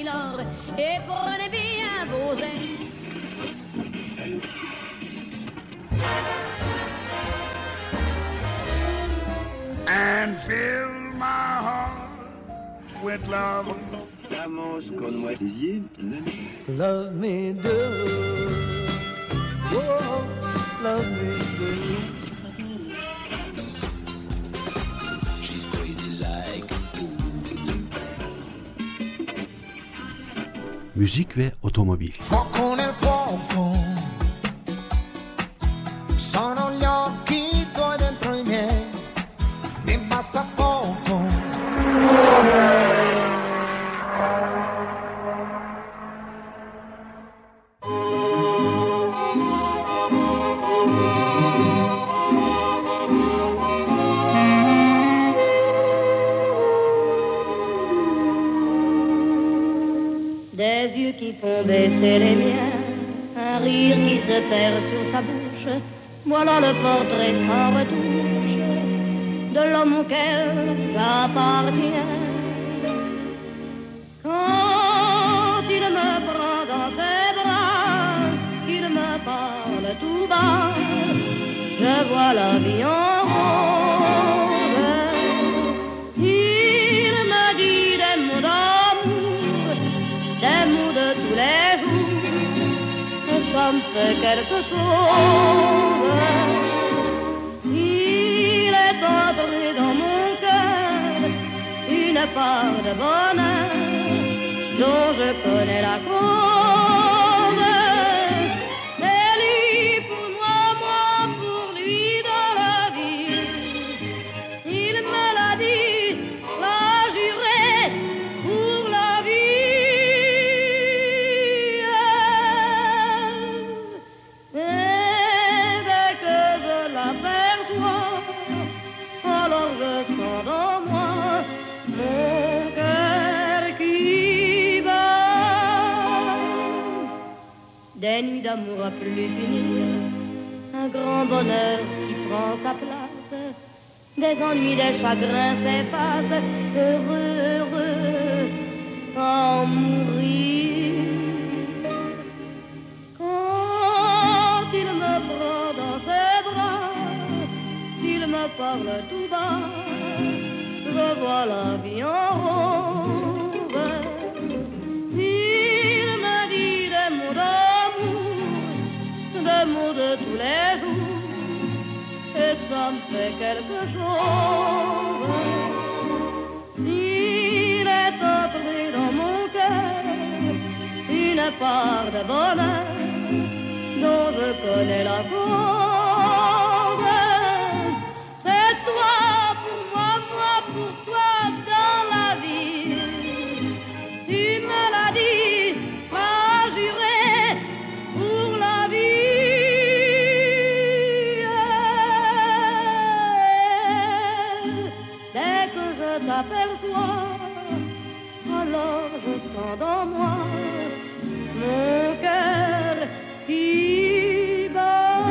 milord, et prenez bien vos ailes. And fill my heart with love. Vamos con moi. Love me do, oh, love me do. She's crazy like a fool. Müzik ve otomobil. Fuoco nel fuoco, sono gli occhi tuoi dentro i miei, mi basta poco. Des yeux qui font baisser les miens, un rire qui se perd sur sa bouche, voilà le portrait sans retouche de l'homme auquel j'appartiens. Quand il me prend dans ses bras, qu'il me parle tout bas, je vois la vie en rose. Il me dit des mots d'amour, des mots de tous les jours, et ça me fait quelque chose. Il est entré dans mon cœur une part de bonheur dont je connais la cause. C'est lui pour moi, moi pour lui dans la vie. Il me l'a dit, l'a juré pour la vie. Et dès que je l'aperçois, alors je sens dans moi mon cœur qui bat. Des nuits d'amour à plus finir, un grand bonheur qui prend sa place, des ennuis, des chagrins s'effacent, heureux, heureux, à en mourir. Quand il me prend dans ses bras, qu'il me parle tout bas, je vois la vie en rose. Il me dit des mots d'amour, des mots de tous les jours, et ça me fait quelque chose. Il est entré dans mon cœur une part de bonheur dont je connais la cause. C'est toi pour moi, moi pour toi dans la vie. Tu me l'as dit, m'as juré pour la vie. Dès que je t'aperçois, alors je sens dans moi mon cœur qui bat.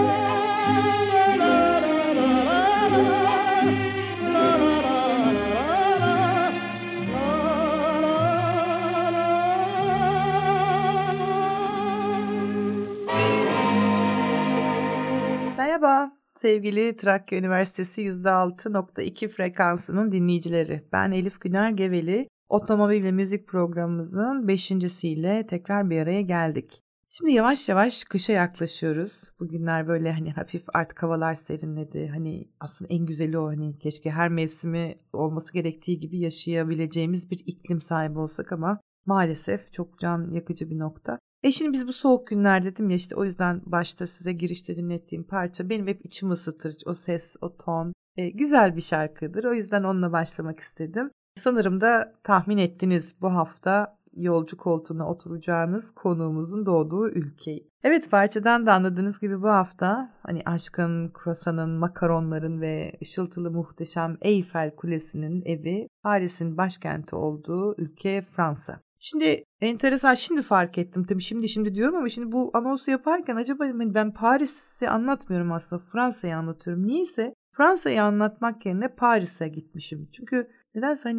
Merhaba sevgili Trakya Üniversitesi %6.2 frekansının dinleyicileri. Ben Elif Güner Geveli. Otomobil ve müzik programımızın 5.siyle tekrar bir araya geldik. Şimdi yavaş yavaş kışa yaklaşıyoruz. Bugünler böyle hani hafif artık havalar serinledi. Hani aslında en güzeli o, hani keşke her mevsimi olması gerektiği gibi yaşayabileceğimiz bir iklim sahibi olsak ama maalesef çok can yakıcı bir nokta. Şimdi biz bu soğuk günler dedim ya, işte o yüzden başta size girişte dinlettiğim parça benim hep içimi ısıtır. O ses, o ton güzel bir şarkıdır. O yüzden onunla başlamak istedim. Sanırım da tahmin ettiniz bu hafta yolcu koltuğuna oturacağınız konuğumuzun doğduğu ülkeyi. Evet, parçadan da anladığınız gibi bu hafta hani aşkın, kruvasanın, makaronların ve ışıltılı muhteşem Eyfel Kulesi'nin evi, Paris'in başkenti olduğu ülke Fransa. Şimdi enteresan, şimdi fark ettim tabii, şimdi diyorum ama şimdi bu anonsu yaparken acaba ben Paris'i anlatmıyorum, aslında Fransa'yı anlatıyorum. Niyeyse Fransa'yı anlatmak yerine Paris'e gitmişim. Çünkü nedense hani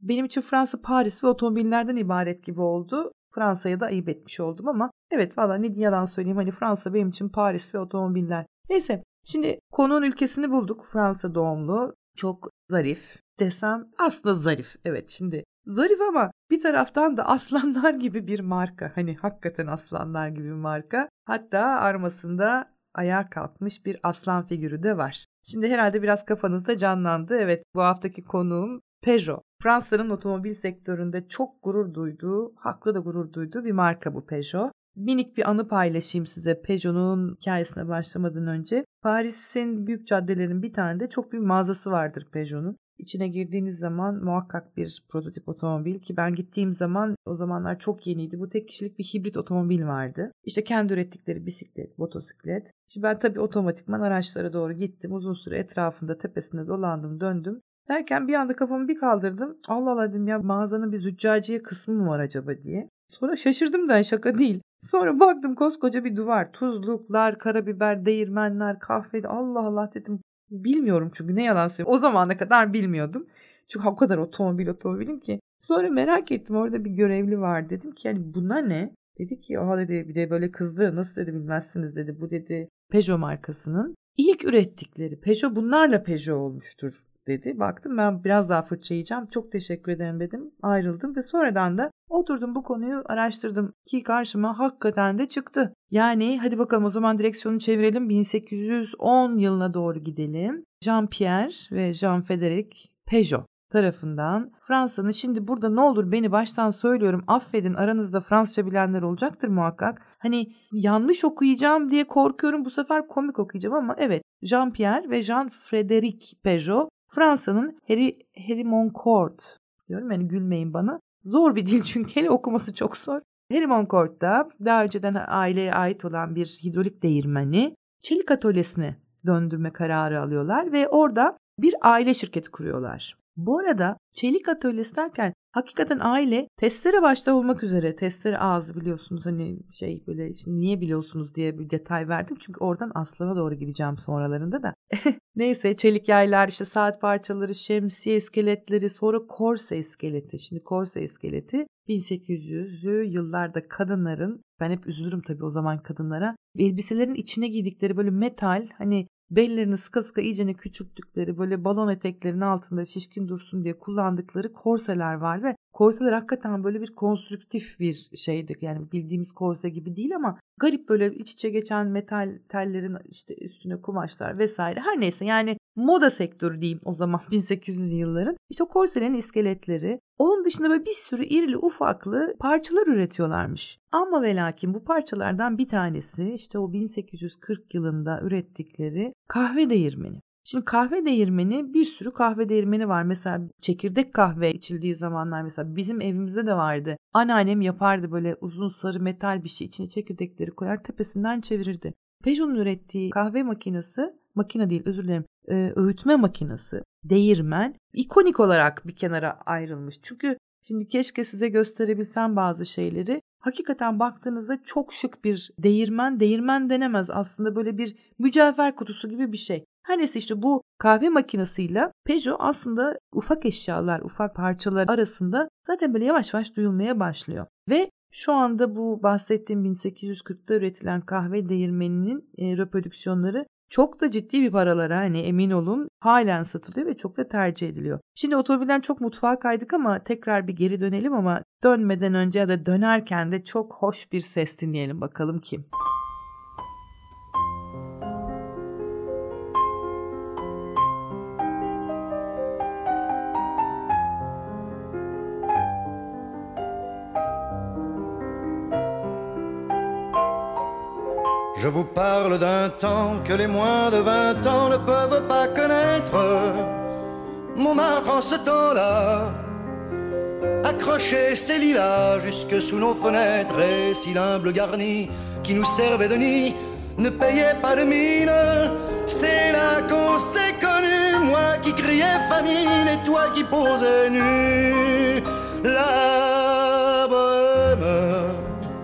benim için Fransa Paris ve otomobillerden ibaret gibi oldu. Fransa'ya da ayıp etmiş oldum ama evet valla ne yalan söyleyeyim, hani Fransa benim için Paris ve otomobiller. Neyse, şimdi konuğun ülkesini bulduk. Fransa doğumlu, çok zarif desem aslında zarif. Evet, şimdi zarif ama bir taraftan da aslanlar gibi bir marka. Hani hakikaten aslanlar gibi bir marka. Hatta armasında ayağa kalkmış bir aslan figürü de var. Şimdi herhalde biraz kafanızda canlandı. Evet, bu haftaki konuğum Peugeot. Fransa'nın otomobil sektöründe çok gurur duyduğu, haklı da gurur duyduğu bir marka bu Peugeot. Minik bir anı paylaşayım size Peugeot'un hikayesine başlamadan önce. Paris'in büyük caddelerinin bir tane de çok büyük mağazası vardır Peugeot'un. İçine girdiğiniz zaman muhakkak bir prototip otomobil, ki ben gittiğim zaman o zamanlar çok yeniydi. Bu tek kişilik bir hibrit otomobil vardı. İşte kendi ürettikleri bisiklet, motosiklet. Şimdi ben tabii otomatikman araçlara doğru gittim. Uzun süre etrafında, tepesinde dolandım, döndüm. Derken bir anda kafamı bir kaldırdım. Allah Allah dedim, ya mağazanın bir züccaciye kısmı mı var acaba diye. Sonra şaşırdım da, şaka değil. Sonra baktım koskoca bir duvar. Tuzluklar, karabiber, değirmenler, kahve. Allah Allah dedim. Bilmiyorum çünkü, ne yalan söyleyeyim. O zamana kadar bilmiyordum. Çünkü o kadar otomobilim ki. Sonra merak ettim, orada bir görevli var. Dedim ki yani bunlar ne? Dedi ki dedi, bir de böyle kızdı. Nasıl dedi bilmezsiniz dedi. Bu dedi Peugeot markasının ilk ürettikleri. Peugeot bunlarla Peugeot olmuştur dedi. Baktım ben biraz daha fırça yiyeceğim. Çok teşekkür ederim dedim. Ayrıldım ve sonradan da oturdum, bu konuyu araştırdım ki karşıma hakikaten de çıktı. Yani hadi bakalım o zaman direksiyonu çevirelim. 1810 yılına doğru gidelim. Jean-Pierre ve Jean-Frédéric Peugeot tarafından Fransa'nın, şimdi burada ne olur beni baştan söylüyorum, affedin, aranızda Fransızca bilenler olacaktır muhakkak. Hani yanlış okuyacağım diye korkuyorum, bu sefer komik okuyacağım ama evet, Jean-Pierre ve Jean-Frédéric Peugeot Fransa'nın Hérimoncourt diyorum, yani gülmeyin bana. Zor bir dil çünkü, hele okuması çok zor. Hérimoncourt'ta daha önceden aileye ait olan bir hidrolik değirmeni çelik atölyesine döndürme kararı alıyorlar ve orada bir aile şirketi kuruyorlar. Bu arada çelik atölyesi derken hakikaten aile, testere başta olmak üzere, testere ağzı biliyorsunuz, hani böyle şimdi niye biliyorsunuz diye bir detay verdim. Çünkü oradan aslana doğru gideceğim sonralarında da. Neyse, çelik yaylar, işte saat parçaları, şemsiye iskeletleri, sonra korse iskeleti. Şimdi korse iskeleti 1800'lü yıllarda kadınların, ben hep üzülürüm tabii o zaman kadınlara, elbiselerin içine giydikleri böyle metal, hani bellerini sıka sıka iyicene küçülttükleri, böyle balon eteklerinin altında şişkin dursun diye kullandıkları korseler var ve korseler hakikaten böyle bir konstrüktif bir şeydi. Yani bildiğimiz korse gibi değil ama garip, böyle iç içe geçen metal tellerin işte üstüne kumaşlar vesaire. Her neyse, yani moda sektörü diyeyim o zaman 1800'lü yılların. İşte o korselerin iskeletleri. Onun dışında böyle bir sürü irili ufaklı parçalar üretiyorlarmış. Ama ve lakin bu parçalardan bir tanesi işte o 1840 yılında ürettikleri kahve değirmeni. Şimdi kahve değirmeni, bir sürü kahve değirmeni var. Mesela çekirdek kahve içildiği zamanlar mesela bizim evimizde de vardı. Anneannem yapardı, böyle uzun sarı metal bir şey, içine çekirdekleri koyar, tepesinden çevirirdi. Peugeot'un ürettiği kahve makinesi, makine değil özür dilerim, öğütme makinesi, değirmen ikonik olarak bir kenara ayrılmış. Çünkü şimdi keşke size gösterebilsem bazı şeyleri. Hakikaten baktığınızda çok şık bir değirmen. Değirmen denemez aslında, böyle bir mücevher kutusu gibi bir şey. Her neyse, işte bu kahve makinesiyle Peugeot aslında ufak eşyalar, ufak parçalar arasında zaten böyle yavaş yavaş duyulmaya başlıyor. Ve şu anda bu bahsettiğim 1840'ta üretilen kahve değirmeninin reprodüksiyonları çok da ciddi bir paralara, hani emin olun, halen satılıyor ve çok da tercih ediliyor. Şimdi otomobilden çok mutfağa kaydık ama tekrar bir geri dönelim, ama dönmeden önce ya da dönerken de çok hoş bir ses dinleyelim bakalım kim? Je vous parle d'un temps que les moins de 20 ans ne peuvent pas connaître. Montmartre en ce temps-là accrochait ses lilas jusque sous nos fenêtres, et si l'humble garni qui nous servait de nid ne payait pas de mine, c'est là qu'on s'est connus, moi qui criais famine et toi qui posais nu. La bohème,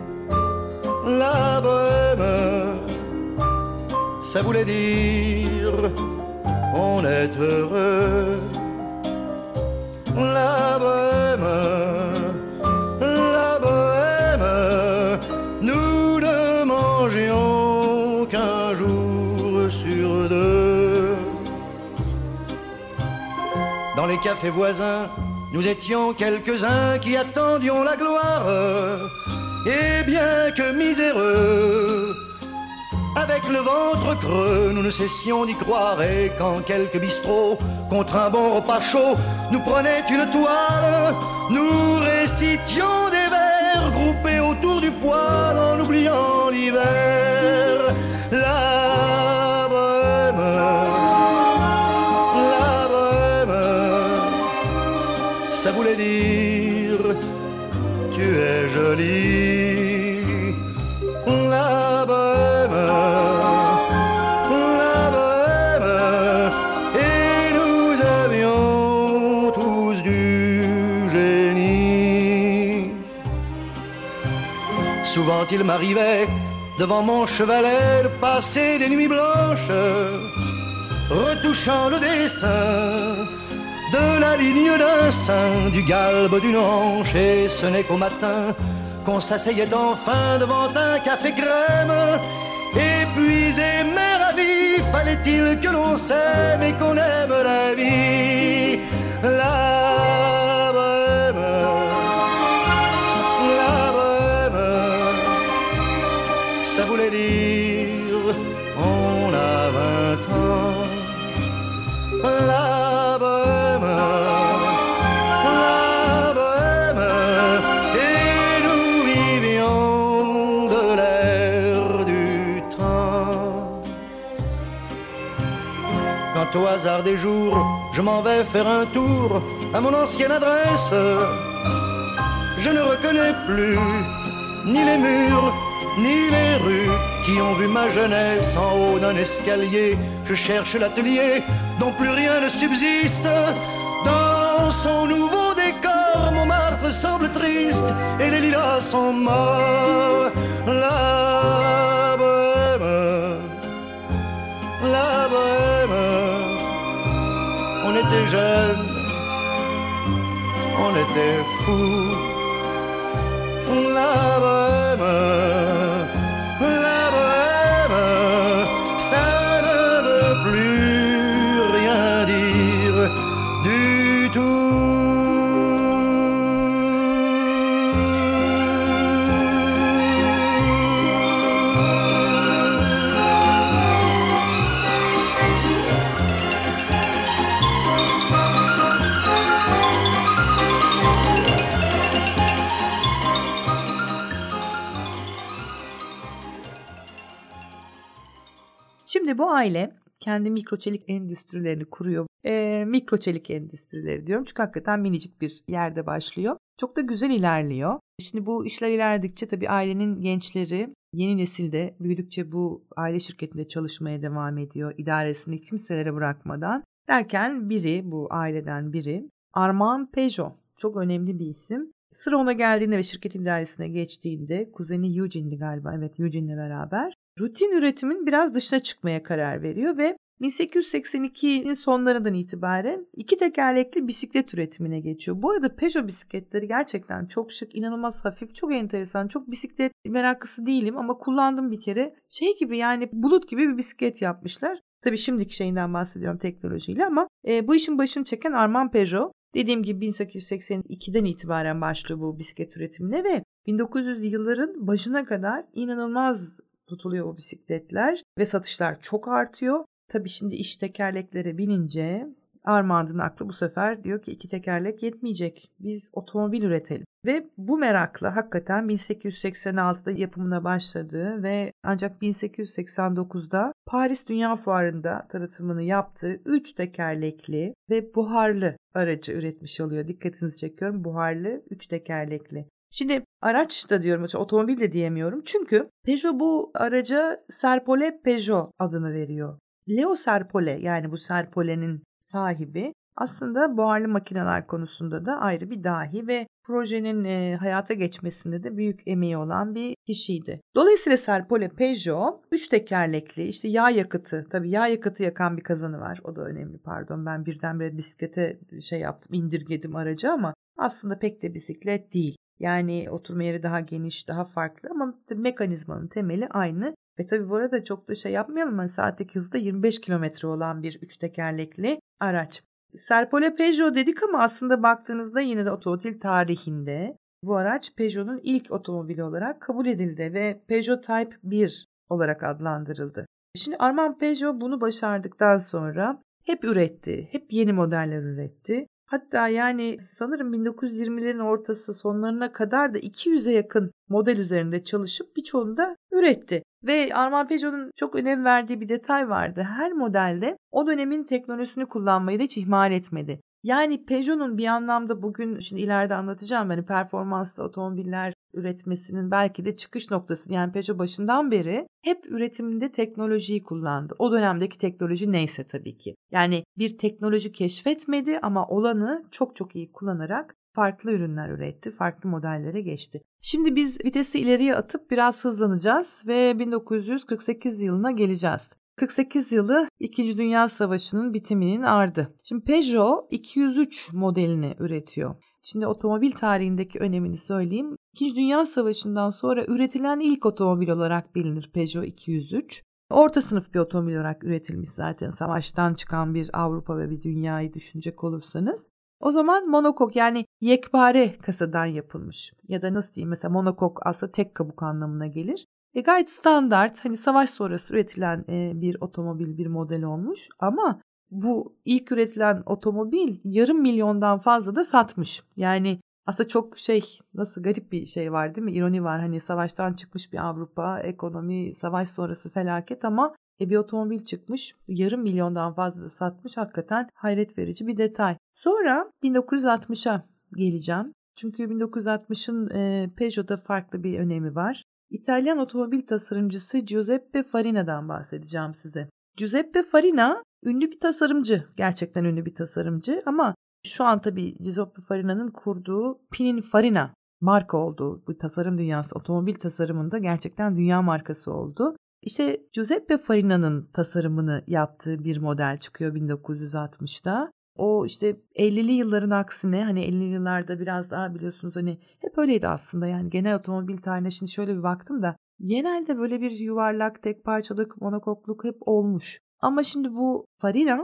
la bohème, ça voulait dire on est heureux. La bohème, la bohème, nous ne mangions qu'un jour sur deux. Dans les cafés voisins, nous étions quelques-uns qui attendions la gloire. Et bien que miséreux, avec le ventre creux, nous ne cessions d'y croire. Et quand quelques bistrots, contre un bon repas chaud, nous prenaient une toile, nous récitions des vers groupés autour du poêle en oubliant l'hiver. La bohème, ça voulait dire tu es jolie. La bohème, et nous avions tous du génie. Souvent il m'arrivait devant mon chevalet de passer des nuits blanches, retouchant le dessin de la ligne d'un sein, du galbe d'une hanche. Et ce n'est qu'au matin qu'on s'asseyait enfin devant un café crème. Épuisé mais ravi, fallait-il que l'on s'aime et qu'on aime la vie. La bohème, ça voulait dire on a 20 ans. La bohème, et nous vivions de l'air du temps. Quand au hasard des jours, je m'en vais faire un tour à mon ancienne adresse, je ne reconnais plus ni les murs, ni les rues qui ont vu ma jeunesse en haut d'un escalier. Je cherche l'atelier dont plus rien ne subsiste. Dans son nouveau décor, Montmartre semble triste et les lilas sont morts. La bohème, on était jeunes, on était fous. La bohème, ça ne veut plus rien dire du tout. Şimdi bu aile kendi mikroçelik endüstrilerini kuruyor. Mikroçelik endüstrileri diyorum çünkü hakikaten minicik bir yerde başlıyor. Çok da güzel ilerliyor. Şimdi bu işler ilerledikçe tabii ailenin gençleri yeni nesilde büyüdükçe bu aile şirketinde çalışmaya devam ediyor. İdaresini kimselere bırakmadan. Derken bu aileden biri Armand Peugeot, çok önemli bir isim. Sıra ona geldiğinde ve şirketin idaresine geçtiğinde kuzeni Eugene'di galiba, evet Eugene'le beraber rutin üretimin biraz dışına çıkmaya karar veriyor ve 1882'nin sonlarından itibaren 2 tekerlekli bisiklet üretimine geçiyor. Bu arada Peugeot bisikletleri gerçekten çok şık, inanılmaz hafif, çok enteresan. Çok bisiklet meraklısı değilim ama kullandım bir kere. Şey gibi yani bulut gibi bir bisiklet yapmışlar. Tabii şimdiki şeyinden bahsediyorum teknolojiyle ama bu işin başını çeken Armand Peugeot. Dediğim gibi 1882'den itibaren başlıyor bu bisiklet üretimine ve 1900'lü yılların başına kadar inanılmaz tutuluyor bu bisikletler ve satışlar çok artıyor. Tabii şimdi iş tekerleklere binince Armand'ın aklı bu sefer diyor ki 2 tekerlek yetmeyecek. Biz otomobil üretelim. Ve bu merakla hakikaten 1886'da yapımına başladı ve ancak 1889'da Paris Dünya Fuarı'nda tanıtımını yaptığı 3 tekerlekli ve buharlı aracı üretmiş oluyor. Dikkatinizi çekiyorum, buharlı 3 tekerlekli. Şimdi araç da diyorum, otomobil de diyemiyorum. Çünkü Peugeot bu araca Serpollet Peugeot adını veriyor. Leo Serpollet, yani bu Serpollet'in sahibi aslında buharlı makineler konusunda da ayrı bir dahi ve projenin hayata geçmesinde de büyük emeği olan bir kişiydi. Dolayısıyla Serpollet Peugeot 3 tekerlekli, işte yağ yakıtı, tabii yağ yakıtı yakan bir kazanı var. O da önemli, pardon, ben birdenbire bisiklete indirgedim aracı ama aslında pek de bisiklet değil. Yani oturma yeri daha geniş, daha farklı ama mekanizmanın temeli aynı. Ve tabii bu arada çok da şey yapmayalım. Hani saatteki hızda 25 kilometre olan bir 3 tekerlekli araç. Serpollet Peugeot dedik ama aslında baktığınızda yine de otomobil tarihinde bu araç Peugeot'un ilk otomobili olarak kabul edildi ve Peugeot Type 1 olarak adlandırıldı. Şimdi Armand Peugeot bunu başardıktan sonra hep üretti, hep yeni modeller üretti. Hatta yani sanırım 1920'lerin ortası sonlarına kadar da 200'e yakın model üzerinde çalışıp birçoğunu da üretti. Ve Armand Peugeot'un çok önem verdiği bir detay vardı. Her modelde o dönemin teknolojisini kullanmayı da hiç ihmal etmedi. Yani Peugeot'un bir anlamda bugün, şimdi ileride anlatacağım, hani performanslı otomobiller üretmesinin belki de çıkış noktası. Yani Peugeot başından beri hep üretiminde teknolojiyi kullandı. O dönemdeki teknoloji neyse tabii ki. Yani bir teknoloji keşfetmedi ama olanı çok çok iyi kullanarak farklı ürünler üretti, farklı modellere geçti. Şimdi biz vitesi ileriye atıp biraz hızlanacağız ve 1948 yılına geleceğiz. 48 yılı 2. Dünya Savaşı'nın bitiminin ardı. Şimdi Peugeot 203 modelini üretiyor. Şimdi otomobil tarihindeki önemini söyleyeyim. 2. Dünya Savaşı'ndan sonra üretilen ilk otomobil olarak bilinir Peugeot 203. Orta sınıf bir otomobil olarak üretilmiş zaten, savaştan çıkan bir Avrupa ve bir dünyayı düşünecek olursanız. O zaman monokok, yani yekpare kasadan yapılmış. Ya da nasıl diyeyim, mesela monokok aslında tek kabuk anlamına gelir. Gayet standart, hani savaş sonrası üretilen bir otomobil, bir model olmuş. Ama bu ilk üretilen otomobil 500.000'dan fazla da satmış. Yani aslında çok nasıl garip bir şey var değil mi? İroni var, hani savaştan çıkmış bir Avrupa, ekonomi, savaş sonrası felaket ama bir otomobil çıkmış, 500.000'dan fazla da satmış. Hakikaten hayret verici bir detay. Sonra 1960'a geleceğim. Çünkü 1960'ın Peugeot'da farklı bir önemi var. İtalyan otomobil tasarımcısı Giuseppe Farina'dan bahsedeceğim size. Giuseppe Farina ünlü bir tasarımcı, gerçekten ünlü bir tasarımcı ama şu an tabii Giuseppe Farina'nın kurduğu Pininfarina marka oldu. Bu tasarım dünyası, otomobil tasarımında gerçekten dünya markası oldu. İşte Giuseppe Farina'nın tasarımını yaptığı bir model çıkıyor 1960'da. O işte 50'li yılların aksine, hani 50'li yıllarda biraz daha biliyorsunuz hani hep öyleydi aslında, yani genel otomobil tarihine şimdi şöyle bir baktım da genelde böyle bir yuvarlak, tek parçalık, monokokluk hep olmuş. Ama şimdi bu Farina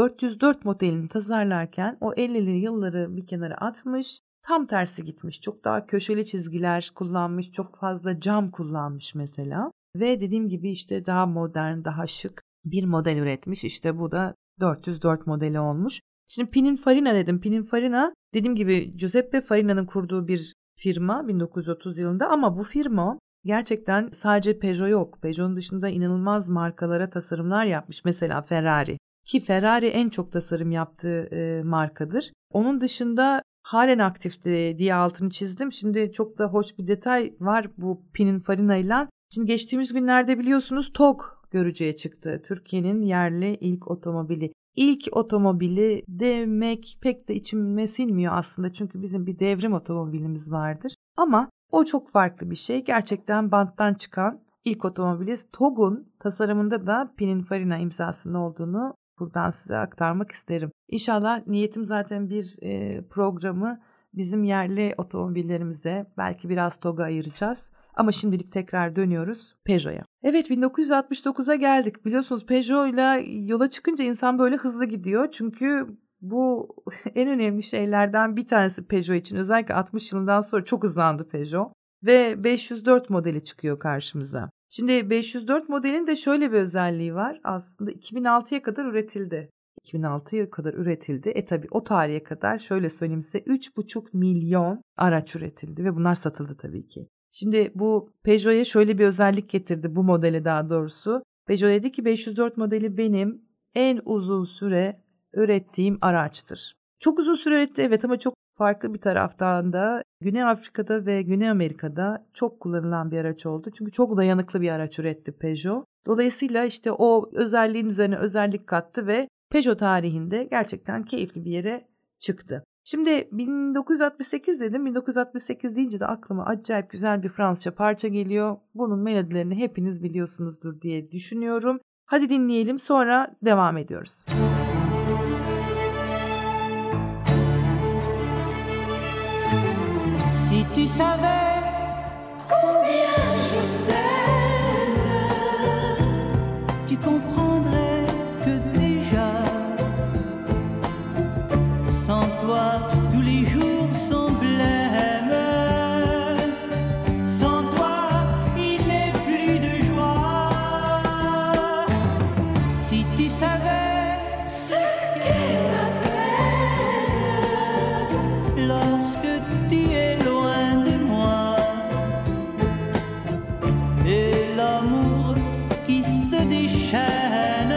404 modelini tasarlarken o 50'li yılları bir kenara atmış, tam tersi gitmiş. Çok daha köşeli çizgiler kullanmış, çok fazla cam kullanmış mesela. Ve dediğim gibi işte daha modern, daha şık bir model üretmiş. İşte bu da 404 modeli olmuş. Şimdi Pininfarina dedim. Pininfarina dediğim gibi Giuseppe Farina'nın kurduğu bir firma 1930 yılında ama bu firma gerçekten sadece Peugeot yok. Peugeot'un dışında inanılmaz markalara tasarımlar yapmış. Mesela Ferrari. Ki Ferrari en çok tasarım yaptığı markadır. Onun dışında halen aktifti diye altını çizdim. Şimdi çok da hoş bir detay var bu Pininfarina'yla. Şimdi geçtiğimiz günlerde biliyorsunuz TOG görücüye çıktı. Türkiye'nin yerli ilk otomobili. İlk otomobili demek pek de içime sinmiyor aslında. Çünkü bizim bir devrim otomobilimiz vardır. Ama o çok farklı bir şey. Gerçekten banttan çıkan ilk otomobiliz. TOG'un tasarımında da Pininfarina imzasının olduğunu buradan size aktarmak isterim. İnşallah, niyetim zaten bir programı bizim yerli otomobillerimize, belki biraz TOG'a ayıracağız. Ama şimdilik tekrar dönüyoruz Peugeot'a. Evet, 1969'a geldik. Biliyorsunuz Peugeot'la yola çıkınca insan böyle hızlı gidiyor. Çünkü bu en önemli şeylerden bir tanesi Peugeot için. Özellikle 60 yılından sonra çok hızlandı Peugeot. Ve 504 modeli çıkıyor karşımıza. Şimdi 504 modelin de şöyle bir özelliği var. Aslında 2006'ya kadar üretildi. 2006'ya kadar üretildi. Tabii o tarihe kadar şöyle söyleyeyim size 3,5 milyon araç üretildi ve bunlar satıldı tabii ki. Şimdi bu Peugeot'a şöyle bir özellik getirdi, bu modeli daha doğrusu. Peugeot dedi ki 504 modeli benim en uzun süre ürettiğim araçtır. Çok uzun süre üretti evet, ama çok farklı bir taraftan da Güney Afrika'da ve Güney Amerika'da çok kullanılan bir araç oldu. Çünkü çok dayanıklı bir araç üretti Peugeot. Dolayısıyla işte o özelliğin üzerine özellik kattı ve Peugeot tarihinde gerçekten keyifli bir yere çıktı. Şimdi 1968 dedim. 1968 deyince de aklıma acayip güzel bir Fransızca parça geliyor. Bunun melodilerini hepiniz biliyorsunuzdur diye düşünüyorum. Hadi dinleyelim, sonra devam ediyoruz. savais combien je t'aime, tu comprendrais que déjà, sans toi, tous les jours sont blêmes. Sans toi, il n'est plus de joie. Si tu savais ce qu'est ma peine, lorsque tu es loin de moi, et l'amour qui se déchaîne,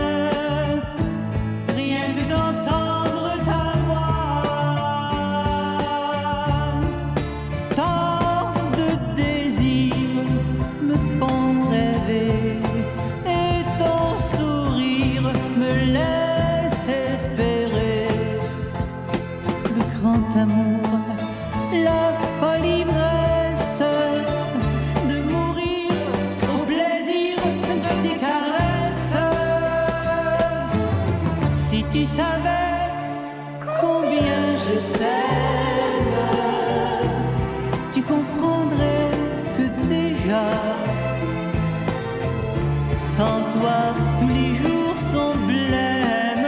rien que d'entendre ta voix. Tant de désirs me font rêver, et ton sourire me laisse espérer le grand amour, la folle ivresse de mourir au plaisir de tes caresses. Si tu savais combien je t'aime, tu comprendrais que déjà, sans toi, tous les jours sont blêmes.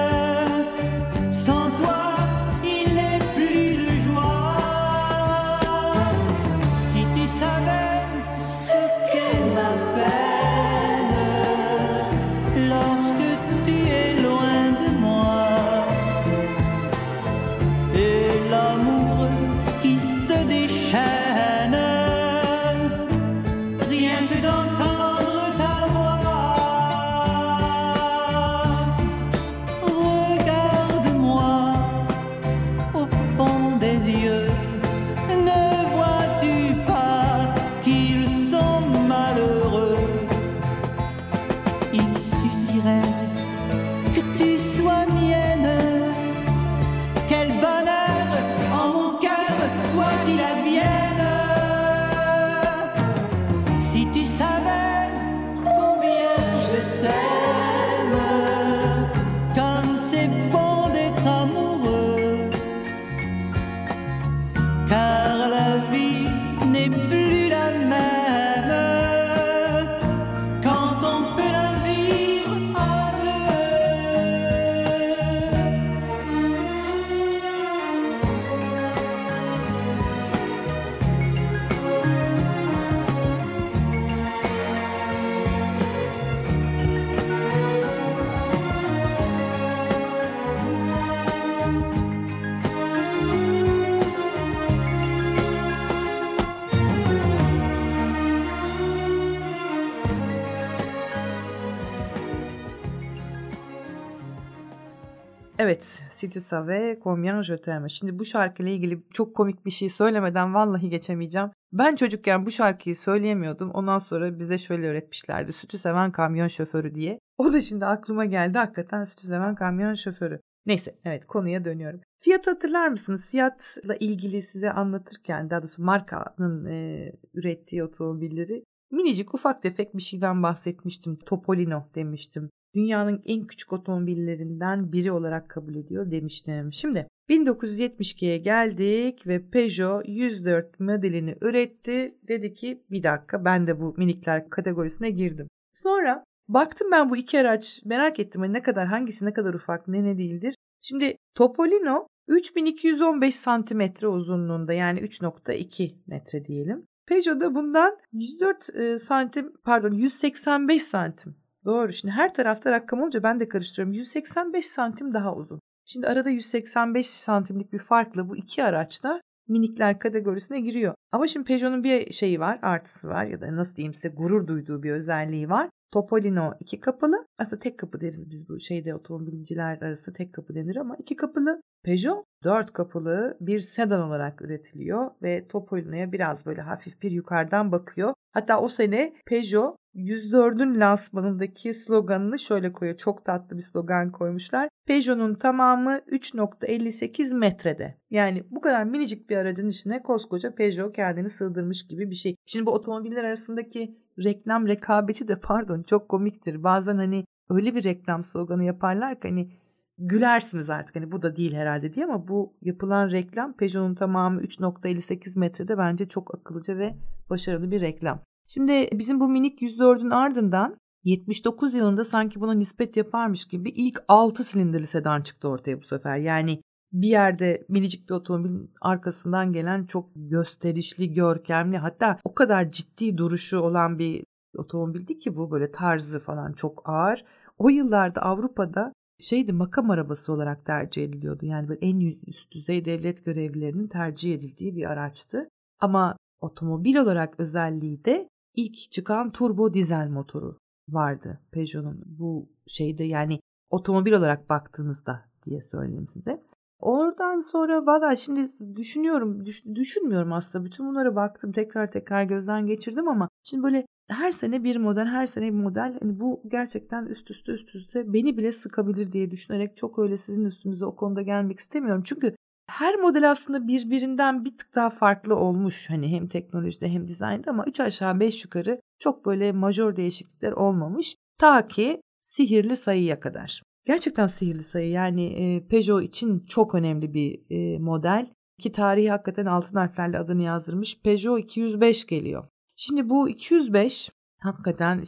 Sans toi, il n'est plus de joie. Si tu savais ce qu'est ma peine, lorsque tu es loin de moi, et l'amour qui se déchaîne, rien que d'entendre ta voix. Regarde-moi au fond des yeux, ne vois-tu pas qu'ils sont malheureux? Il suffirait que tu sois mienne. Quel bonheur en mon cœur, quoi qu'il advienne. Si tu savais combien je t'aime, comme c'est bon d'être amoureux, car la vie n'est plus la même quand on peut la vivre à Evet, Si tu savais combien je t'aime. Şimdi bu şarkıyla ilgili çok komik bir şey söylemeden vallahi geçemeyeceğim. Ben çocukken bu şarkıyı söyleyemiyordum. Ondan sonra bize şöyle öğretmişlerdi. Sütü seven kamyon şoförü diye. O da şimdi aklıma geldi. Hakikaten sütü seven kamyon şoförü. Neyse, evet, konuya dönüyorum. Fiyat'ı hatırlar mısınız? Fiyat'la ilgili size anlatırken, daha doğrusu markanın ürettiği otomobilleri, minicik ufak tefek bir şeyden bahsetmiştim. Topolino demiştim. Dünyanın en küçük otomobillerinden biri olarak kabul ediyor demiştim. Şimdi 1972'ye geldik ve Peugeot 104 modelini üretti. Dedi ki bir dakika, ben de bu minikler kategorisine girdim. Sonra baktım ben bu iki araç, merak ettim ne kadar, hangisi ne kadar ufak, ne değildir. Şimdi Topolino 3215 santimetre uzunluğunda, yani 3.2 metre diyelim. Peugeot da bundan 185 santim. Doğru. Şimdi her tarafta rakam olunca ben de karıştırıyorum. 185 santim daha uzun. Şimdi arada 185 santimlik bir farkla bu iki araç da minikler kategorisine giriyor. Ama şimdi Peugeot'un bir şeyi var, artısı var, ya da nasıl diyeyim size, gurur duyduğu bir özelliği var. Topolino 2 kapılı. Aslında tek kapı deriz biz bu şeyde, otomobilciler arasında tek kapı denir ama 2 kapılı. Peugeot 4 kapılı bir sedan olarak üretiliyor ve Topolino'ya biraz böyle hafif bir yukarıdan bakıyor. Hatta o sene Peugeot 104'ün lansmanındaki sloganını şöyle koyuyor. Çok tatlı bir slogan koymuşlar. Peugeot'un tamamı 3.58 metrede. Yani bu kadar minicik bir aracın içine koskoca Peugeot kendini sığdırmış gibi bir şey. Şimdi bu otomobiller arasındaki reklam rekabeti de çok komiktir. Bazen hani öyle bir reklam sloganı yaparlar ki hani gülersiniz artık hani bu da değil herhalde diye, ama bu yapılan reklam Peugeot'un tamamı 3.58 metrede bence çok akıllıca ve başarılı bir reklam. Şimdi bizim bu minik 104'ün ardından 79 yılında sanki buna nispet yaparmış gibi ilk 6 silindirli sedan çıktı ortaya bu sefer. Yani bir yerde minicik bir otomobilin arkasından gelen çok gösterişli, görkemli, hatta o kadar ciddi duruşu olan bir otomobildi ki bu, böyle tarzı falan çok ağır. O yıllarda Avrupa'da makam arabası olarak tercih ediliyordu. Yani böyle en üst düzey devlet görevlilerinin tercih edildiği bir araçtı. Ama otomobil olarak özelliği de ilk çıkan turbo dizel motoru vardı Peugeot'un. Bu yani otomobil olarak baktığınızda diye söyleyeyim size. Oradan sonra valla şimdi düşünmüyorum aslında. Bütün bunlara baktım, tekrar gözden geçirdim ama şimdi böyle her sene bir model, her sene bir model. Hani bu gerçekten üst üste beni bile sıkabilir diye düşünerek çok öyle sizin üstünüze o konuda gelmek istemiyorum. Çünkü her model aslında birbirinden bir tık daha farklı olmuş. Hani hem teknolojide hem dizaynda, ama 3 aşağı 5 yukarı çok böyle majör değişiklikler olmamış. Ta ki sihirli sayıya kadar. Gerçekten sihirli sayı, yani Peugeot için çok önemli bir model. Ki tarihi hakikaten altın harflerle adını yazdırmış. Peugeot 205 geliyor. Şimdi bu 205 hakikaten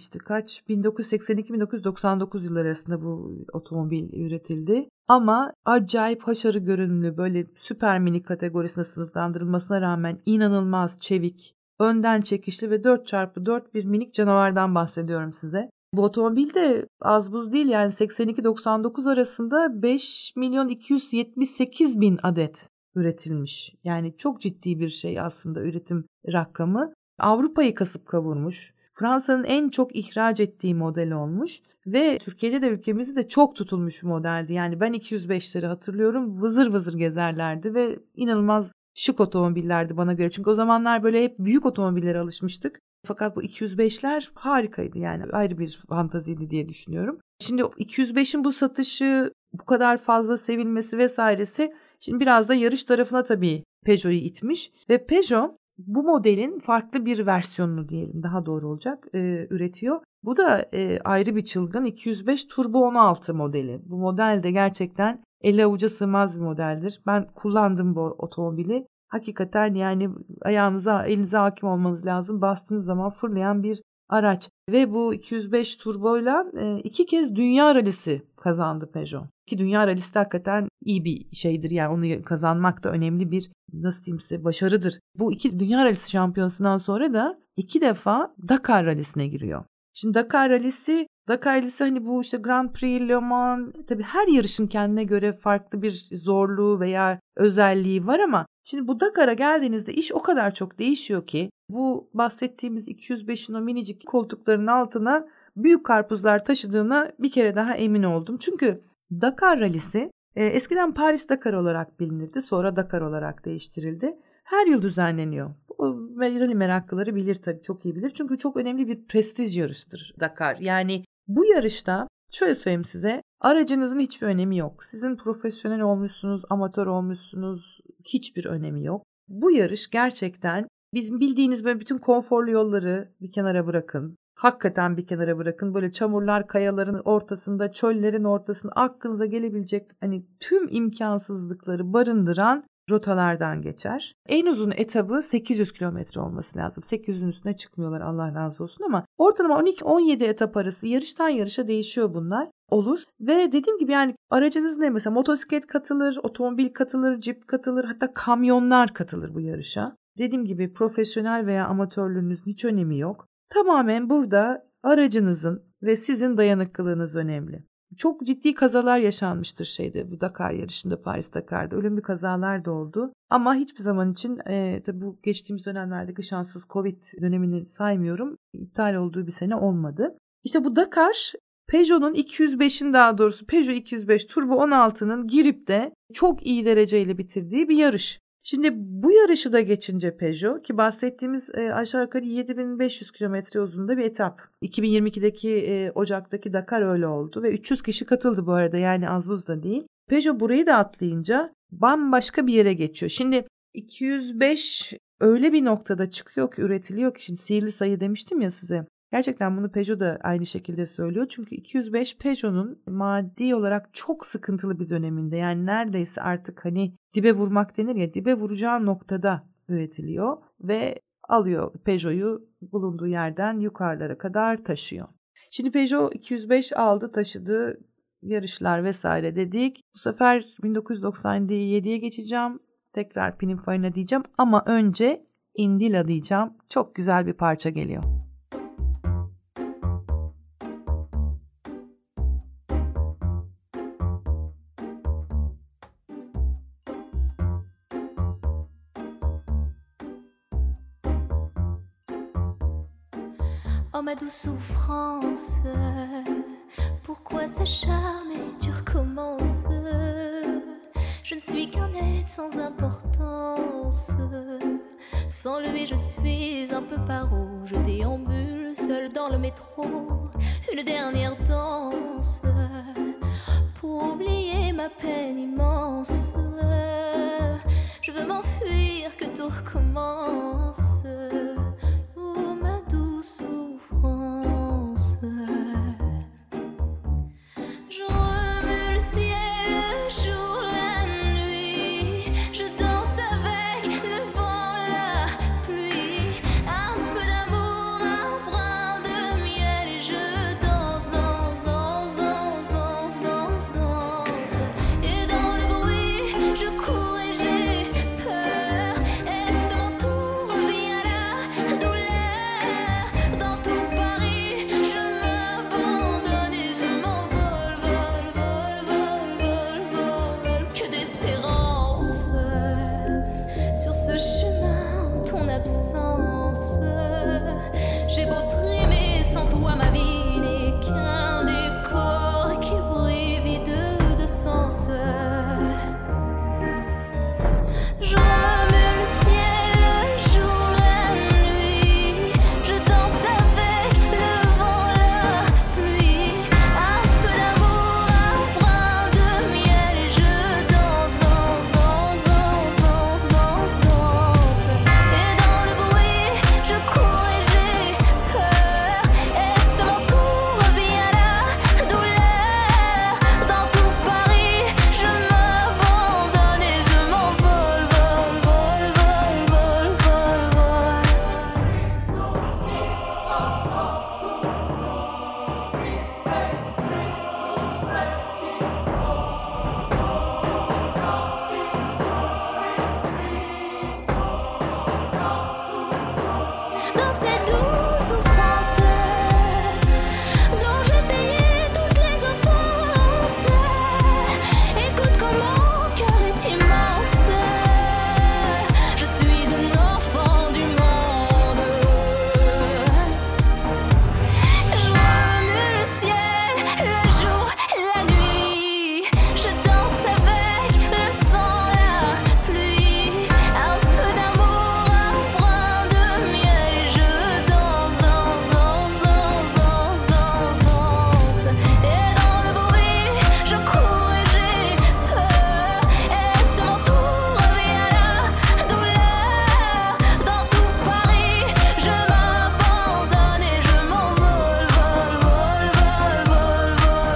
1982-1999 yılları arasında bu otomobil üretildi. Ama acayip haşarı görünümlü, böyle süper mini kategorisine sınıflandırılmasına rağmen inanılmaz çevik, önden çekişli ve 4x4 bir minik canavardan bahsediyorum size. Bu otomobil de az buz değil, yani 82-99 arasında 5.278.000 adet üretilmiş. Yani çok ciddi bir şey aslında üretim rakamı. Avrupa'yı kasıp kavurmuş. Fransa'nın en çok ihraç ettiği model olmuş ve Türkiye'de de ülkemizde de çok tutulmuş bir modeldi. Yani ben 205'leri hatırlıyorum, vızır vızır gezerlerdi ve inanılmaz şık otomobillerdi bana göre. Çünkü o zamanlar böyle hep büyük otomobillere alışmıştık. Fakat bu 205'ler harikaydı, yani ayrı bir fantaziydi diye düşünüyorum. Şimdi 205'in bu satışı, bu kadar fazla sevilmesi vesairesi şimdi biraz da yarış tarafına tabii Peugeot'u itmiş ve Peugeot bu modelin farklı bir versiyonunu diyelim, daha doğru olacak, üretiyor. Bu da ayrı bir çılgın 205 Turbo 16 modeli. Bu model de gerçekten elle avuca sığmaz bir modeldir. Ben kullandım bu otomobili. Hakikaten yani elinize hakim olmanız lazım. Bastığınız zaman fırlayan bir araç. Ve bu 205 turboyla 2 kez dünya rallisi kazandı Peugeot. Ki dünya rallisi de hakikaten iyi bir şeydir. Yani onu kazanmak da önemli bir, nasıl diyeyim size, başarıdır. Bu 2 dünya rallisi şampiyonasından sonra da 2 defa Dakar rallisine giriyor. Şimdi Dakar rallisi hani bu Grand Prix, Le Mans, tabii her yarışın kendine göre farklı bir zorluğu veya özelliği var ama şimdi bu Dakar'a geldiğinizde iş o kadar çok değişiyor ki bu bahsettiğimiz 205'in o minicik koltukların altına büyük karpuzlar taşıdığına bir kere daha emin oldum. Çünkü Dakar rallisi eskiden Paris Dakar olarak bilinirdi, sonra Dakar olarak değiştirildi. Her yıl düzenleniyor. Ve rally meraklıları bilir tabii, çok iyi bilir. Çünkü çok önemli bir prestij yarıştır Dakar. Yani bu yarışta şöyle söyleyeyim size, aracınızın hiçbir önemi yok. Sizin profesyonel olmuşsunuz, amatör olmuşsunuz, hiçbir önemi yok. Bu yarış gerçekten bizim bildiğiniz böyle bütün konforlu yolları bir kenara bırakın. Hakikaten bir kenara bırakın. Böyle çamurlar, kayaların ortasında, çöllerin ortasında aklınıza gelebilecek hani tüm imkansızlıkları barındıran rotalardan geçer. En uzun etabı 800 kilometre olması lazım. 800'ün üstüne çıkmıyorlar, Allah razı olsun, ama ortalama 12-17 etap arası yarıştan yarışa değişiyor bunlar. Olur ve dediğim gibi yani aracınız ne, mesela motosiklet katılır, otomobil katılır, cip katılır, hatta kamyonlar katılır bu yarışa. Dediğim gibi profesyonel veya amatörlüğünüzün hiç önemi yok. Tamamen burada aracınızın ve sizin dayanıklılığınız önemli. Çok ciddi kazalar yaşanmıştır bu Dakar yarışında, Paris Dakar'da. Ölümlü kazalar da oldu. Ama hiçbir zaman için tabii bu geçtiğimiz dönemlerdeki şanssız Covid dönemini saymıyorum, İptal olduğu bir sene olmadı. İşte bu Dakar, Peugeot'un 205'in, daha doğrusu Peugeot 205 Turbo 16'nın girip de çok iyi dereceyle bitirdiği bir yarış. Şimdi bu yarışı da geçince Peugeot, ki bahsettiğimiz aşağı yukarı 7500 kilometre uzunluğunda bir etap. 2022'deki Ocak'taki Dakar öyle oldu ve 300 kişi katıldı bu arada, yani az buz da değil. Peugeot burayı da atlayınca bambaşka bir yere geçiyor. Şimdi 205 öyle bir noktada çıkıyor ki, üretiliyor ki, şimdi sihirli sayı demiştim ya size. Gerçekten bunu Peugeot da aynı şekilde söylüyor. Çünkü 205 Peugeot'un maddi olarak çok sıkıntılı bir döneminde, yani neredeyse artık hani dibe vurmak denir ya, dibe vuracağı noktada üretiliyor ve alıyor Peugeot'u bulunduğu yerden yukarılara kadar taşıyor. Şimdi Peugeot 205 aldı, taşıdı, yarışlar vesaire dedik. Bu sefer 1997'ye geçeceğim. Tekrar Pininfarina diyeceğim ama önce Indila diyeceğim. Çok güzel bir parça geliyor. Oh ma douce souffrance, pourquoi s'acharner, tu recommences. Je ne suis qu'un être sans importance. Sans lui je suis un peu paro. Je déambule seul dans le métro. Une dernière danse pour oublier ma peine immense. Je veux m'enfuir, que tout recommence. Oh ma douce souffrance. Je remue le ciel, le jour, la nuit. Je danse avec le vent, la pluie. Un peu d'amour, un brin de miel. Et je danse, danse, danse, danse, danse, danse, danse. Et dans le bruit, je cours et j'ai peur. Est-ce mon tour, revient la douleur. Dans tout Paris, je m'abandonne et je m'envole, vole, vole, vole, vole, vole. Que d'espérance sur ce chemin en ton absence. J'ai beau trimer, sans toi ma vie n'est qu'un décor qui brille vide de sens. Je remue le ciel, le jour, la nuit. Je danse avec le vent, la pluie. Un peu d'amour, un brin de miel. Et je danse, danse, danse, danse, danse, danse, danse. Et dans le bruit, je cours et j'ai peur. Est-ce mon tour, revient la douleur. Dans tout Paris, je m'abandonne et je m'envole, vole, vole, vole, vole, vole, vole. Dans cette douce souffrance dont j'ai payé toutes les offenses. Écoute comme mon cœur est immense. Je suis un enfant du monde. Je remue le ciel, le jour, la nuit. Je danse avec le vent, la pluie. Un peu d'amour, un brin de miel. Et je danse, danse, danse, danse, danse, danse, danse. Et dans le bruit, je cours et j'ai peur. Est-ce mon tour, revient la douleur. Dans tout Paris, je m'abandonne et je m'envole, vole, vole, vole,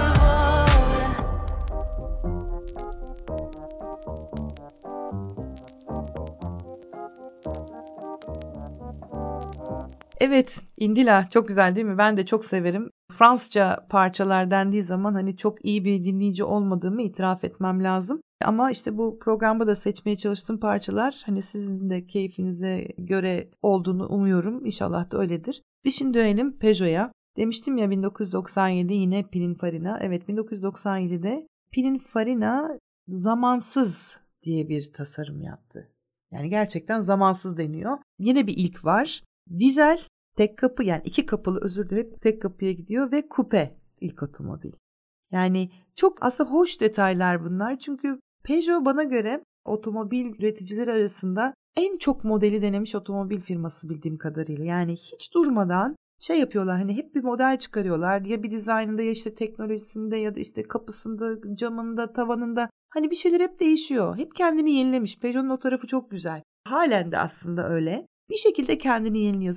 Evet, Indila çok güzel değil mi? Ben de çok severim. Fransızca parçalar dendiği zaman hani çok iyi bir dinleyici olmadığımı itiraf etmem lazım. Ama işte bu programda da seçmeye çalıştığım parçalar hani sizin de keyfinize göre olduğunu umuyorum. İnşallah da öyledir. Biz şimdi dönelim Peugeot'a. Demiştim ya 1997 yine Pininfarina. Evet, 1997'de Pininfarina zamansız diye bir tasarım yaptı. Yani gerçekten zamansız deniyor. Yine bir ilk var. Dizel, tek kapı, yani iki kapılı, özür dilerim, tek kapıya gidiyor ve kupe ilk otomobil. Yani çok aslında hoş detaylar bunlar. Çünkü Peugeot bana göre otomobil üreticileri arasında en çok modeli denemiş otomobil firması bildiğim kadarıyla. Yani hiç durmadan şey yapıyorlar, hani hep bir model çıkarıyorlar. Ya bir dizaynında ya işte teknolojisinde ya da işte kapısında, camında, tavanında. Hani bir şeyler hep değişiyor. Hep kendini yenilemiş. Peugeot'un o tarafı çok güzel. Halen de aslında öyle. Bir şekilde kendini yeniliyor. Zaten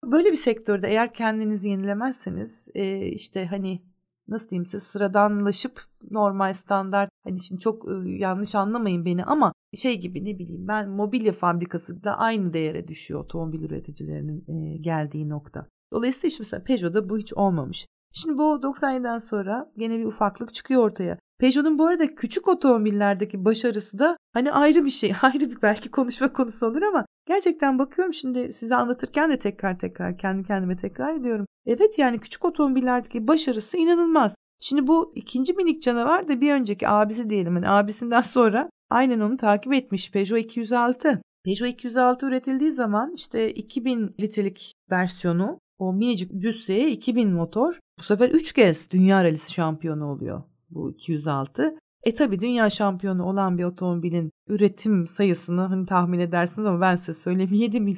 Böyle bir sektörde eğer kendinizi yenilemezseniz işte hani nasıl diyeyim size, sıradanlaşıp normal standart, hani şimdi çok yanlış anlamayın beni ama şey gibi, ne bileyim ben, mobilya fabrikası da aynı değere düşüyor otomobil üreticilerinin geldiği nokta. Dolayısıyla işte mesela Peugeot'da bu hiç olmamış. Şimdi bu 97'den sonra gene bir ufaklık çıkıyor ortaya. Peugeot'un bu arada küçük otomobillerdeki başarısı da hani ayrı bir şey. Ayrı bir belki konuşma konusu olur ama gerçekten bakıyorum şimdi size anlatırken de tekrar kendi kendime tekrar ediyorum. Evet, yani küçük otomobillerdeki başarısı inanılmaz. Şimdi bu ikinci minik canavar da bir önceki abisi diyelim. Yani abisinden sonra aynen onu takip etmiş Peugeot 206. Peugeot 206 üretildiği zaman işte 2000 litrelik versiyonu, o minicik cüsseye 2000 motor, bu sefer 3 kez dünya rallisi şampiyonu oluyor bu 206. Tabii dünya şampiyonu olan bir otomobilin üretim sayısını hani tahmin edersiniz ama ben size söyleyeyim,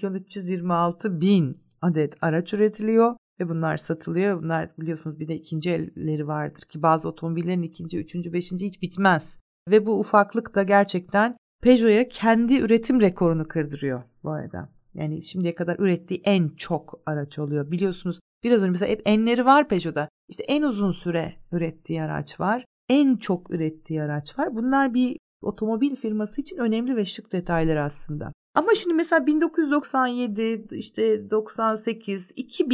7.326.000 adet araç üretiliyor ve bunlar satılıyor. Bunlar biliyorsunuz bir de ikinci elleri vardır ki bazı otomobillerin ikinci, üçüncü, beşinci hiç bitmez. Ve bu ufaklık da gerçekten Peugeot'a kendi üretim rekorunu kırdırıyor bu arada. Yani şimdiye kadar ürettiği en çok araç oluyor. Biliyorsunuz biraz önce mesela hep enleri var Peugeot'da. İşte en uzun süre ürettiği araç var. En çok ürettiği araç var. Bunlar bir otomobil firması için önemli ve şık detaylar aslında. Ama şimdi mesela 1997, işte 98,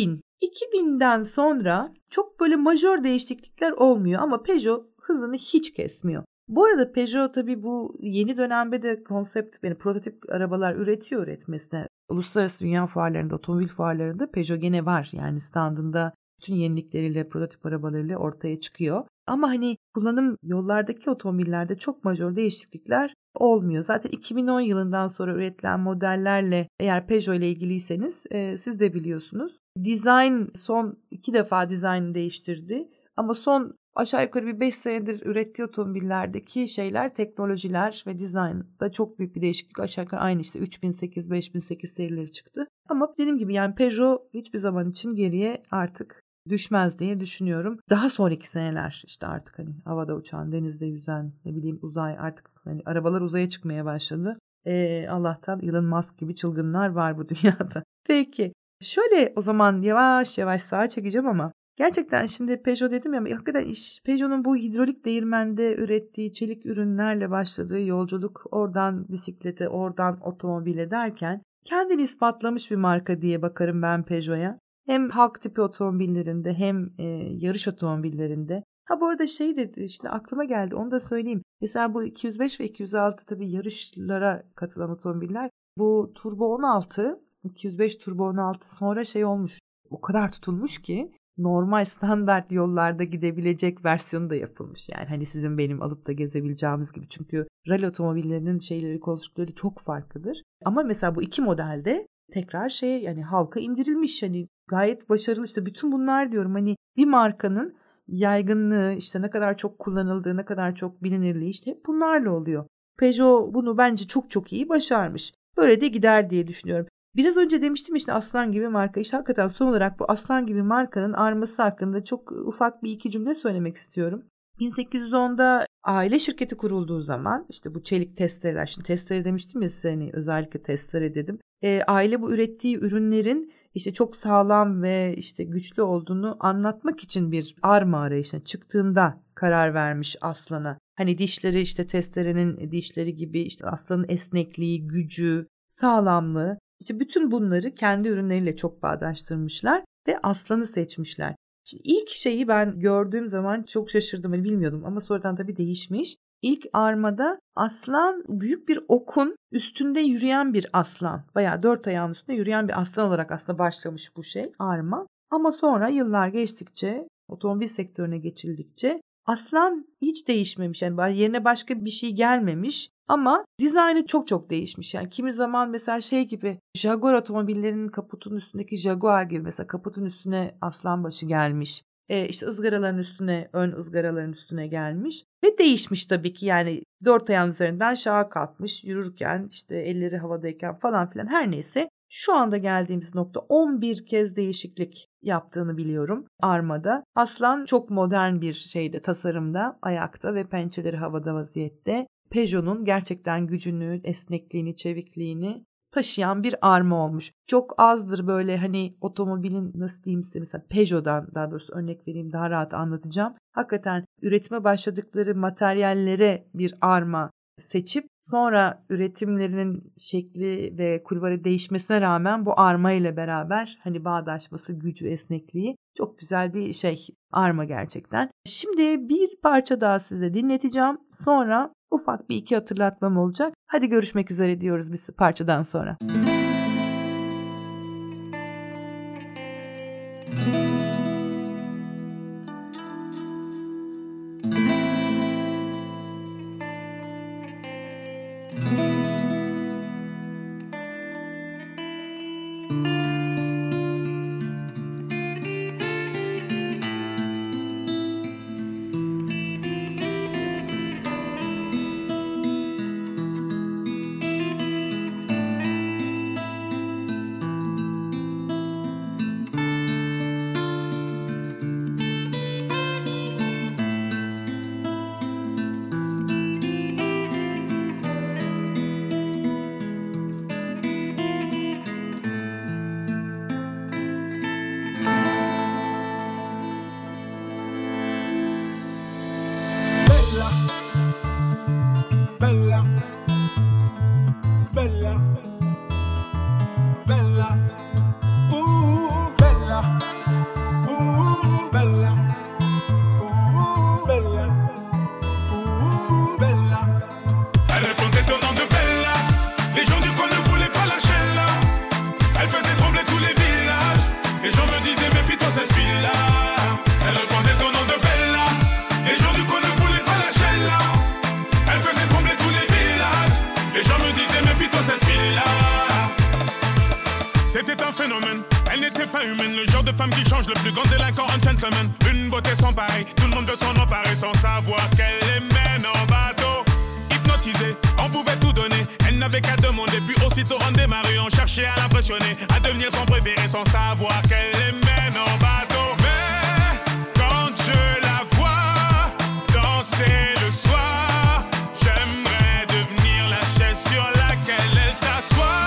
2000'den sonra çok böyle majör değişiklikler olmuyor ama Peugeot hızını hiç kesmiyor. Bu arada Peugeot tabii bu yeni dönemde de konsept, yani prototip arabalar üretmesine. Uluslararası dünya fuarlarında, otomobil fuarlarında Peugeot gene var. Yani standında bütün yenilikleriyle, prototip arabalarıyla ortaya çıkıyor. Ama hani kullanım yollardaki otomobillerde çok majör değişiklikler olmuyor. Zaten 2010 yılından sonra üretilen modellerle eğer Peugeot ile ilgiliyseniz siz de biliyorsunuz. Son 2 defa dizaynı değiştirdi. Ama son aşağı yukarı bir 5 senedir ürettiği otomobillerdeki şeyler, teknolojiler ve dizaynda çok büyük bir değişiklik. Aşağı yukarı aynı işte 3008, 5008 serileri çıktı. Ama dediğim gibi yani Peugeot hiçbir zaman için geriye artık düşmez diye düşünüyorum. Daha sonraki seneler işte artık hani havada uçan, denizde yüzen, ne bileyim uzay, artık hani arabalar uzaya çıkmaya başladı. Allah'tan Elon Musk gibi çılgınlar var bu dünyada. Peki şöyle o zaman yavaş yavaş sağa çekeceğim ama gerçekten şimdi Peugeot dedim ya, hakikaten Peugeot'un bu hidrolik değirmende ürettiği çelik ürünlerle başladığı yolculuk, oradan bisiklete, oradan otomobile derken kendini ispatlamış bir marka diye bakarım ben Peugeot'a. Hem halk tipi otomobillerinde hem yarış otomobillerinde. Ha bu arada şey dedi, işte aklıma geldi, onu da söyleyeyim. Mesela bu 205 ve 206 tabii yarışlara katılan otomobiller. Bu Turbo 16, 205 Turbo 16 sonra şey olmuş. O kadar tutulmuş ki normal standart yollarda gidebilecek versiyonu da yapılmış. Yani hani sizin benim alıp da gezebileceğimiz gibi. Çünkü rally otomobillerinin şeyleri, konstrüktörleri çok farklıdır. Ama mesela bu iki modelde tekrar yani halka indirilmiş, hani gayet başarılı. İşte bütün bunlar diyorum, hani bir markanın yaygınlığı, işte ne kadar çok kullanıldığı, ne kadar çok bilinirliği, işte hep bunlarla oluyor. Peugeot bunu bence çok çok iyi başarmış. Böyle de gider diye düşünüyorum. Biraz önce demiştim işte aslan gibi marka. İşte hakikaten son olarak bu aslan gibi markanın arması hakkında çok ufak bir iki cümle söylemek istiyorum. 1810'da aile şirketi kurulduğu zaman işte bu çelik testereler, şimdi testere demiştim ya size, hani özellikle testere dedim. Aile bu ürettiği ürünlerin işte çok sağlam ve işte güçlü olduğunu anlatmak için bir arma arayışına çıktığında karar vermiş aslana. Hani dişleri işte testerenin dişleri gibi, işte aslanın esnekliği, gücü, sağlamlığı, işte bütün bunları kendi ürünleriyle çok bağdaştırmışlar ve aslanı seçmişler. Şimdi ilk şeyi ben gördüğüm zaman çok şaşırdım. Hani bilmiyordum ama sonradan tabii değişmiş. İlk armada aslan büyük bir okun üstünde yürüyen bir aslan. Bayağı 4 ayağın üstünde yürüyen bir aslan olarak aslında başlamış bu arma. Ama sonra yıllar geçtikçe, otomobil sektörüne geçildikçe aslan hiç değişmemiş. Yani yerine başka bir şey gelmemiş. Ama dizaynı çok çok değişmiş. Yani kimi zaman mesela gibi Jaguar otomobillerinin kaputun üstündeki Jaguar gibi mesela kaputun üstüne aslan başı gelmiş. İşte ızgaraların üstüne, ön ızgaraların üstüne gelmiş. Ve değişmiş tabii ki, yani 4 ayağın üzerinden şaha kalkmış, yürürken işte elleri havadayken falan filan, her neyse. Şu anda geldiğimiz nokta 11 kez değişiklik yaptığını biliyorum armada. Aslan çok modern bir tasarımda, ayakta ve pençeleri havada vaziyette. Peugeot'un gerçekten gücünü, esnekliğini, çevikliğini taşıyan bir arma olmuş. Çok azdır böyle hani otomobilin nasıl diyeyim size mesela Peugeot'dan daha doğrusu örnek vereyim daha rahat anlatacağım. Hakikaten üretime başladıkları materyallere bir arma seçip sonra üretimlerinin şekli ve kulvarı değişmesine rağmen bu arma ile beraber hani bağdaşması, gücü, esnekliği çok güzel bir arma gerçekten. Şimdi bir parça daha size dinleteceğim. Sonra ufak bir iki hatırlatmam olacak. Hadi görüşmek üzere diyoruz bir parçadan sonra. C'était un phénomène, elle n'était pas humaine. Le genre de femme qui change le plus grand délinquant en gentleman. Une beauté sans pareil, tout le monde veut s'en emparer sans savoir qu'elle les mène en bateau. Hypnotisée, on pouvait tout donner. Elle n'avait qu'à demander, puis aussitôt on démarrait. On cherchait à l'impressionner, à devenir son préféré sans savoir qu'elle les mène en bateau. Mais quand je la vois danser le soir, j'aimerais devenir la chaise sur laquelle elle s'assoit.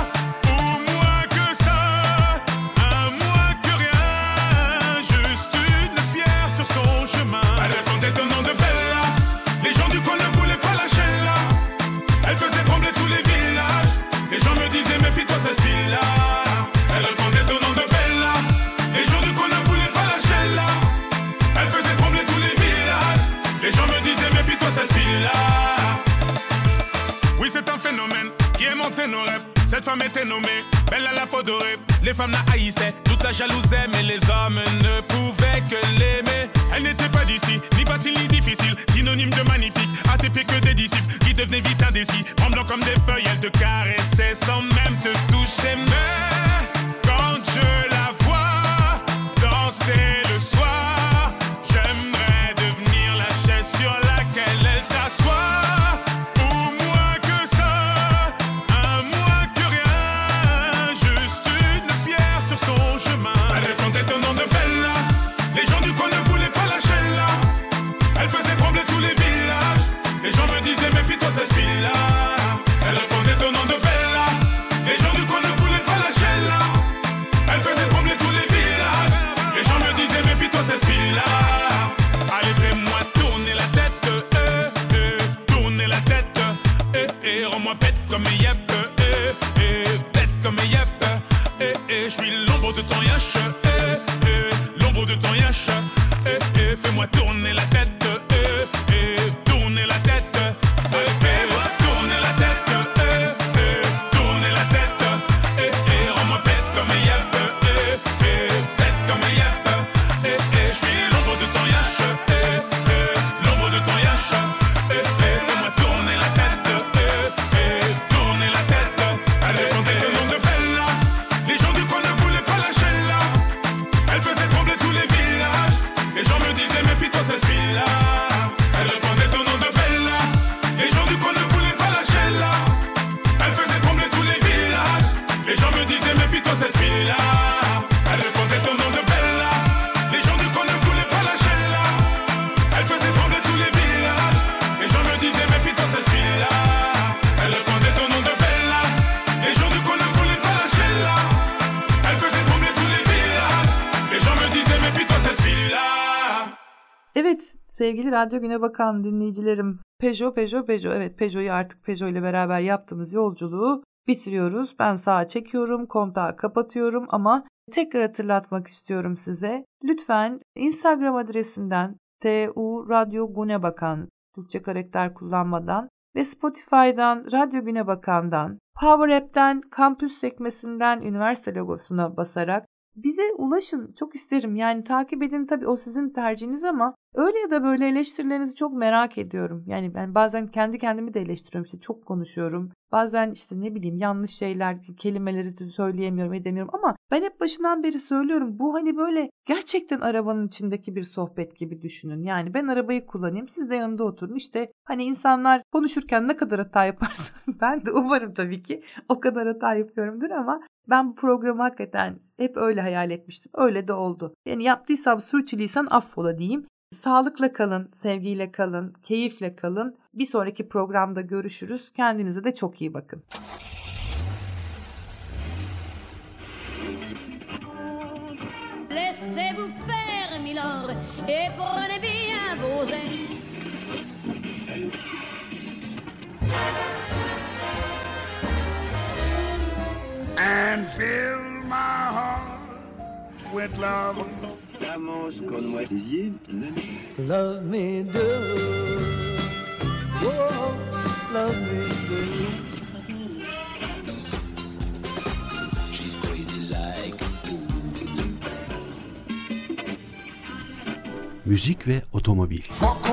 Nos rêves. Cette femme était nommée belle à la peau dorée. Les femmes la haïssaient, toute la jalousaient, mais les hommes ne pouvaient que l'aimer. Elle n'était pas d'ici, ni facile ni difficile, synonyme de magnifique, à ses pieds que des disciples qui devenaient vite indécis. Tremblant comme des feuilles, elle te caressait sans même te toucher. Mais quand je la vois danser le soir, j'aimerais devenir la chaise sur laquelle elle s'assoit. Cette fille-là, elle répondait au nom de Bella. Les gens du coin ne voulaient pas lâcher là. Elle faisait trembler tous les villages. Les gens me disaient méfie-toi cette fille-là. Allez fais-moi tourner la tête, tourner la tête, rends-moi bête comme Yep, bête comme Yep, je suis l'ombre de ton yache, l'ombre de ton yache, fais-moi tourner la tête. Les gens du Evet sevgili Radyo Güne Bakan dinleyicilerim, Peugeot. Evet, Peugeot'u artık Peugeot ile beraber yaptığımız yolculuğu bitiriyoruz. Ben sağa çekiyorum, kontağı kapatıyorum ama tekrar hatırlatmak istiyorum size. Lütfen Instagram adresinden TU Radyo Güne Bakan, Türkçe karakter kullanmadan ve Spotify'dan Radyo Güne Bakan'dan, Power App'ten, kampüs sekmesinden üniversite logosuna basarak bize ulaşın. Çok isterim. Yani takip edin, tabii o sizin tercihiniz ama öyle ya da böyle eleştirilerinizi çok merak ediyorum. Yani ben bazen kendi kendimi de eleştiriyorum. İşte çok konuşuyorum. Bazen işte ne bileyim yanlış şeyler, kelimeleri söyleyemiyorum, edemiyorum ama ben hep başından beri söylüyorum. Bu hani böyle gerçekten arabanın içindeki bir sohbet gibi düşünün. Yani ben arabayı kullanayım, siz de yanımda oturun. İşte hani insanlar konuşurken ne kadar hata yaparsa ben de umarım tabii ki o kadar hata yapıyorumdur ama ben bu programı hakikaten hep öyle hayal etmiştim. Öyle de oldu. Yani yaptıysam sürçülisan affola diyeyim. Sağlıkla kalın, sevgiyle kalın, keyifle kalın. Bir sonraki programda görüşürüz. Kendinize de çok iyi bakın. Laissez-vous faire, milord, et prenez bien vos ailes. And fill my heart with love. Estamos con moi. Love me do. Whoa, love me do. She's crazy like a fool. Müzik ve otomobil. Fuck